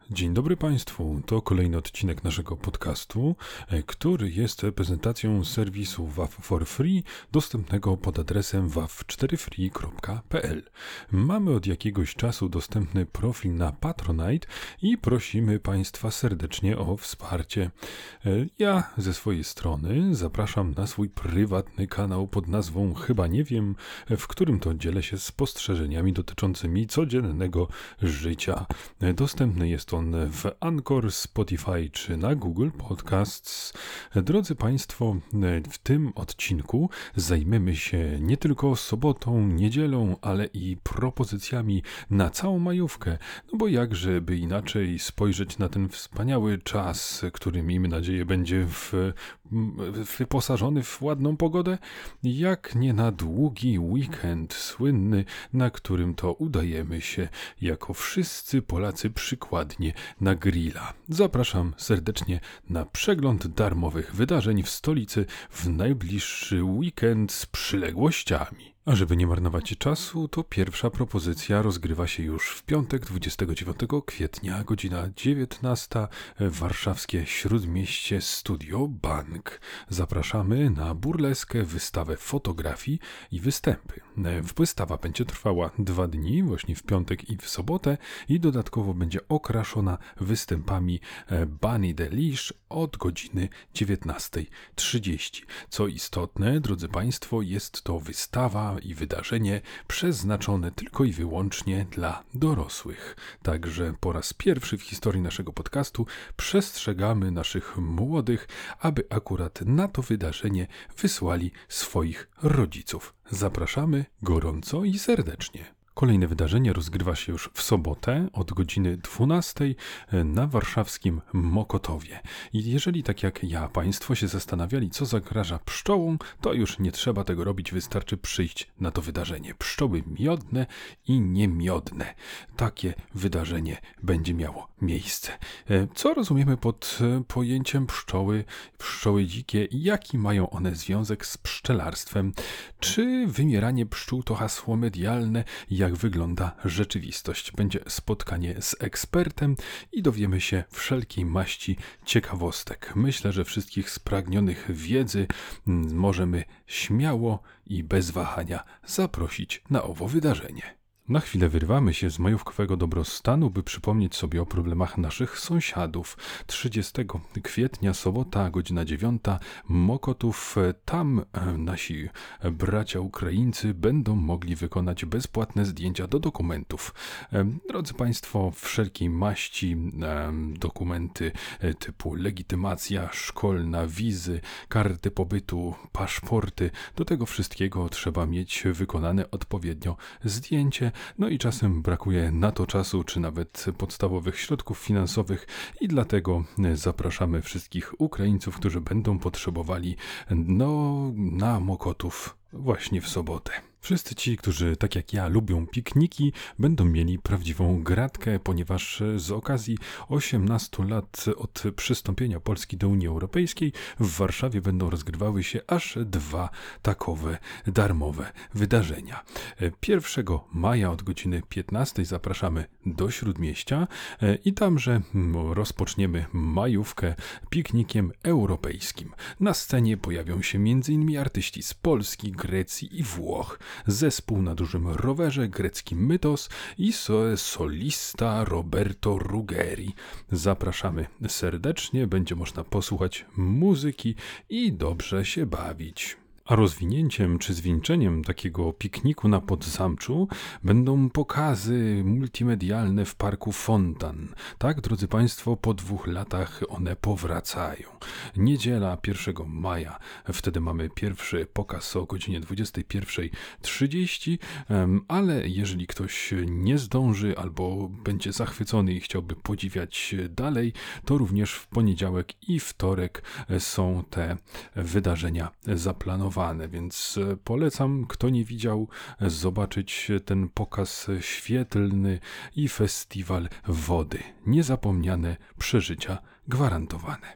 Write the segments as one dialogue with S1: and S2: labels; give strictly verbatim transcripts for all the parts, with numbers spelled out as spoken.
S1: Dzień dobry Państwu, to kolejny odcinek naszego podcastu, e, który jest prezentacją serwisu W A F for Free, dostępnego pod adresem w a f cztery free kropka p l. Mamy od jakiegoś czasu dostępny profil na Patronite i prosimy Państwa serdecznie o wsparcie. E, Ja ze swojej strony zapraszam na swój prywatny kanał pod nazwą Chyba Nie Wiem, w którym to dzielę się spostrzeżeniami dotyczącymi codziennego życia. E, Dostępny jest on w Anchor, Spotify czy na Google Podcasts. Drodzy Państwo, w tym odcinku zajmiemy się nie tylko sobotą, niedzielą, ale i propozycjami na całą majówkę. No bo jakże by inaczej spojrzeć na ten wspaniały czas, który miejmy nadzieję będzie w, wyposażony w ładną pogodę, jak nie na długi weekend słynny, na którym to udajemy się jako wszyscy Polacy przykładnie na grilla. Zapraszam serdecznie na przegląd darmowych wydarzeń w stolicy w najbliższy weekend z przyległościami. A żeby nie marnować czasu, to pierwsza propozycja rozgrywa się już w piątek dwudziestego dziewiątego kwietnia, godzina dziewiętnasta, warszawskie Śródmieście Studio Bank. Zapraszamy na burleskę, wystawę fotografii i występy. Wystawa będzie trwała dwa dni, właśnie w piątek i w sobotę, i dodatkowo będzie okraszona występami Bunny the Leash od godziny dziewiętnasta trzydzieści. Co istotne, drodzy Państwo, jest to wystawa i wydarzenie przeznaczone tylko i wyłącznie dla dorosłych. Także po raz pierwszy w historii naszego podcastu przestrzegamy naszych młodych, aby akurat na to wydarzenie wysłali swoich rodziców. Zapraszamy gorąco i serdecznie. Kolejne wydarzenie rozgrywa się już w sobotę od godziny dwunastej na warszawskim Mokotowie. I jeżeli tak jak ja Państwo się zastanawiali, co zagraża pszczołom, to już nie trzeba tego robić, wystarczy przyjść na to wydarzenie. Pszczoły miodne i niemiodne. Takie wydarzenie będzie miało miejsce. Co rozumiemy pod pojęciem pszczoły, pszczoły dzikie i jaki mają one związek z pszczelarstwem? Czy wymieranie pszczół to hasło medialne? Jak wygląda rzeczywistość? Będzie spotkanie z ekspertem i dowiemy się wszelkiej maści ciekawostek. Myślę, że wszystkich spragnionych wiedzy możemy śmiało i bez wahania zaprosić na owo wydarzenie. Na chwilę wyrwamy się z majówkowego dobrostanu, by przypomnieć sobie o problemach naszych sąsiadów. trzydziestego kwietnia, sobota, godzina dziewiąta, Mokotów. Tam nasi bracia Ukraińcy będą mogli wykonać bezpłatne zdjęcia do dokumentów. Drodzy Państwo, wszelkiej maści dokumenty typu legitymacja szkolna, wizy, karty pobytu, paszporty. Do tego wszystkiego trzeba mieć wykonane odpowiednio zdjęcie. No i czasem brakuje na to czasu, czy nawet podstawowych środków finansowych i dlatego zapraszamy wszystkich Ukraińców, którzy będą potrzebowali no, na Mokotów właśnie w sobotę. Wszyscy ci, którzy tak jak ja lubią pikniki, będą mieli prawdziwą gratkę, ponieważ z okazji osiemnastu lat od przystąpienia Polski do Unii Europejskiej w Warszawie będą rozgrywały się aż dwa takowe darmowe wydarzenia. pierwszego maja od godziny piętnastej zapraszamy do Śródmieścia i tamże rozpoczniemy majówkę piknikiem europejskim. Na scenie pojawią się między innymi artyści z Polski, Grecji i Włoch. Zespół na dużym rowerze, grecki Mytos i solista Roberto Ruggeri. Zapraszamy serdecznie, będzie można posłuchać muzyki i dobrze się bawić. A rozwinięciem czy zwieńczeniem takiego pikniku na Podzamczu będą pokazy multimedialne w parku Fontan. Tak, drodzy Państwo, po dwóch latach one powracają. Niedziela pierwszego maja, wtedy mamy pierwszy pokaz o godzinie dwudziestej pierwszej trzydzieści, ale jeżeli ktoś nie zdąży albo będzie zachwycony i chciałby podziwiać dalej, to również w poniedziałek i wtorek są te wydarzenia zaplanowane. Więc polecam, kto nie widział, zobaczyć ten pokaz świetlny i festiwal wody. Niezapomniane przeżycia gwarantowane.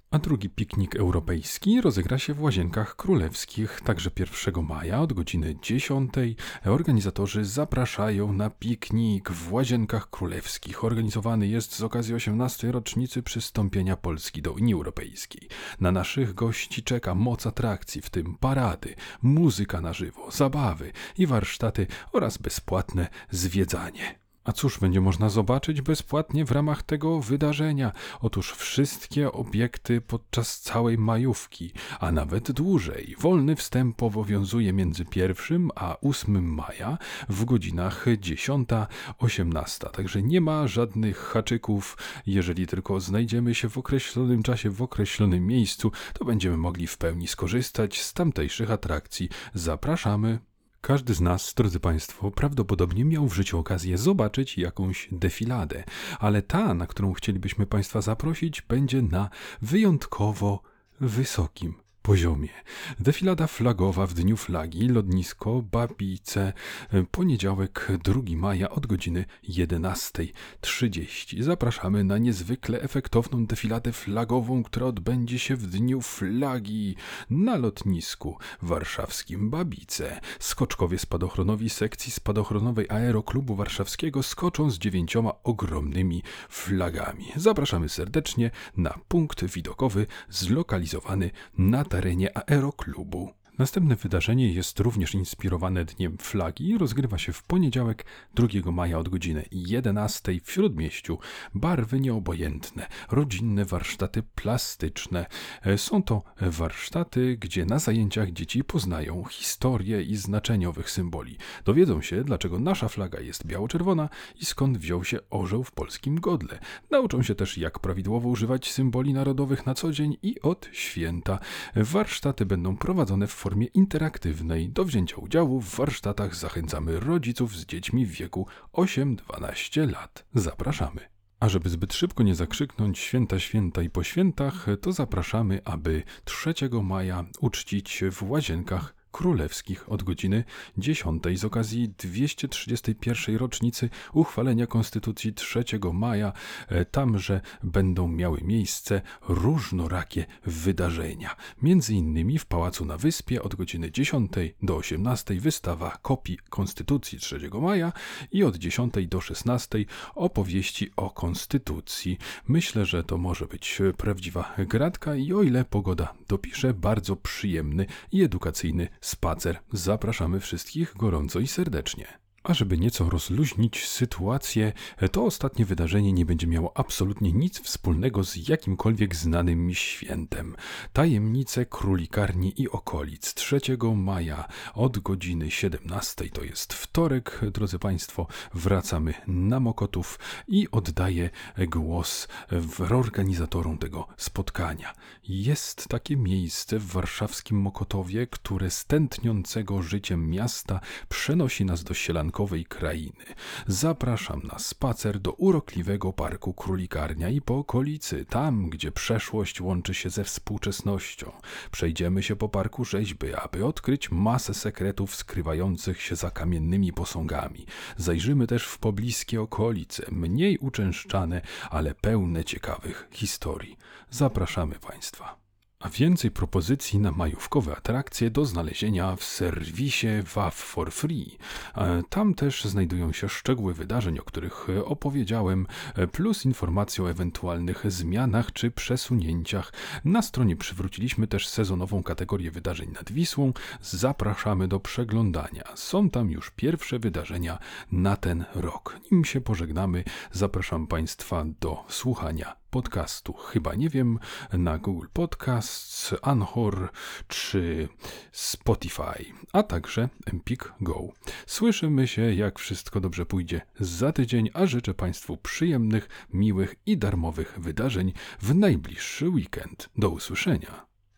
S1: A drugi piknik europejski rozegra się w Łazienkach Królewskich, także pierwszego maja od godziny dziesiątej. Organizatorzy zapraszają na piknik w Łazienkach Królewskich. Organizowany jest z okazji osiemnastej rocznicy przystąpienia Polski do Unii Europejskiej. Na naszych gości czeka moc atrakcji, w tym parady, muzyka na żywo, zabawy i warsztaty oraz bezpłatne zwiedzanie. A cóż będzie można zobaczyć bezpłatnie w ramach tego wydarzenia? Otóż wszystkie obiekty podczas całej majówki, a nawet dłużej. Wolny wstęp obowiązuje między pierwszym a ósmym maja w godzinach dziesiąta osiemnasta. Także nie ma żadnych haczyków. Jeżeli tylko znajdziemy się w określonym czasie, w określonym miejscu, to będziemy mogli w pełni skorzystać z tamtejszych atrakcji. Zapraszamy. Każdy z nas, drodzy Państwo, prawdopodobnie miał w życiu okazję zobaczyć jakąś defiladę, ale ta, na którą chcielibyśmy Państwa zaprosić, będzie na wyjątkowo wysokim poziomie. Defilada flagowa w Dniu Flagi, lotnisko Babice, poniedziałek drugiego maja od godziny jedenastej trzydzieści. Zapraszamy na niezwykle efektowną defiladę flagową, która odbędzie się w Dniu Flagi na lotnisku warszawskim Babice. Skoczkowie spadochronowi sekcji spadochronowej Aeroklubu Warszawskiego skoczą z dziewięcioma ogromnymi flagami. Zapraszamy serdecznie na punkt widokowy zlokalizowany na terenie Aeroklubu. Następne wydarzenie jest również inspirowane Dniem Flagi. Rozgrywa się w poniedziałek drugiego maja od godziny jedenastej w Śródmieściu. Barwy nieobojętne, rodzinne warsztaty plastyczne. Są to warsztaty, gdzie na zajęciach dzieci poznają historię i znaczenie owych symboli. Dowiedzą się, dlaczego nasza flaga jest biało-czerwona i skąd wziął się orzeł w polskim godle. Nauczą się też, jak prawidłowo używać symboli narodowych na co dzień i od święta. Warsztaty będą prowadzone w formie interaktywnej. Do wzięcia udziału w warsztatach zachęcamy rodziców z dziećmi w wieku osiem do dwunastu lat. Zapraszamy. A żeby zbyt szybko nie zakrzyknąć święta, święta i po świętach, to zapraszamy, aby trzeciego maja uczcić w Łazienkach Królewskich od godziny dziesiątej z okazji dwieście trzydziestej pierwszej rocznicy uchwalenia Konstytucji trzeciego maja. Tamże będą miały miejsce różnorakie wydarzenia. Między innymi w Pałacu na Wyspie od godziny dziesiątej do osiemnastej wystawa kopii Konstytucji trzeciego maja i od dziesiątej do szesnastej opowieści o Konstytucji. Myślę, że to może być prawdziwa gratka i o ile pogoda dopisze, bardzo przyjemny i edukacyjny spacer. Zapraszamy wszystkich gorąco i serdecznie. A żeby nieco rozluźnić sytuację, to ostatnie wydarzenie nie będzie miało absolutnie nic wspólnego z jakimkolwiek znanym mi świętem. Tajemnice królikarni i okolic trzeciego maja od godziny siedemnastej, to jest wtorek, drodzy Państwo, wracamy na Mokotów i oddaję głos organizatorom tego spotkania. Jest takie miejsce w warszawskim Mokotowie, które z tętniącego życiem miasta przenosi nas do sielankowej krainy. Zapraszam na spacer do urokliwego parku Królikarnia i po okolicy, tam gdzie przeszłość łączy się ze współczesnością. Przejdziemy się po parku rzeźby, aby odkryć masę sekretów skrywających się za kamiennymi posągami. Zajrzymy też w pobliskie okolice, mniej uczęszczane, ale pełne ciekawych historii. Zapraszamy Państwa. A więcej propozycji na majówkowe atrakcje do znalezienia w serwisie W A F for Free. Tam też znajdują się szczegóły wydarzeń, o których opowiedziałem, plus informacje o ewentualnych zmianach czy przesunięciach. Na stronie przywróciliśmy też sezonową kategorię wydarzeń nad Wisłą. Zapraszamy do przeglądania. Są tam już pierwsze wydarzenia na ten rok. Nim się pożegnamy, zapraszam Państwa do słuchania podcastu Chyba Nie Wiem na Google Podcasts, Anchor czy Spotify, a także Empik Go. Słyszymy się, jak wszystko dobrze pójdzie, za tydzień, a życzę Państwu przyjemnych, miłych i darmowych wydarzeń w najbliższy weekend. Do usłyszenia.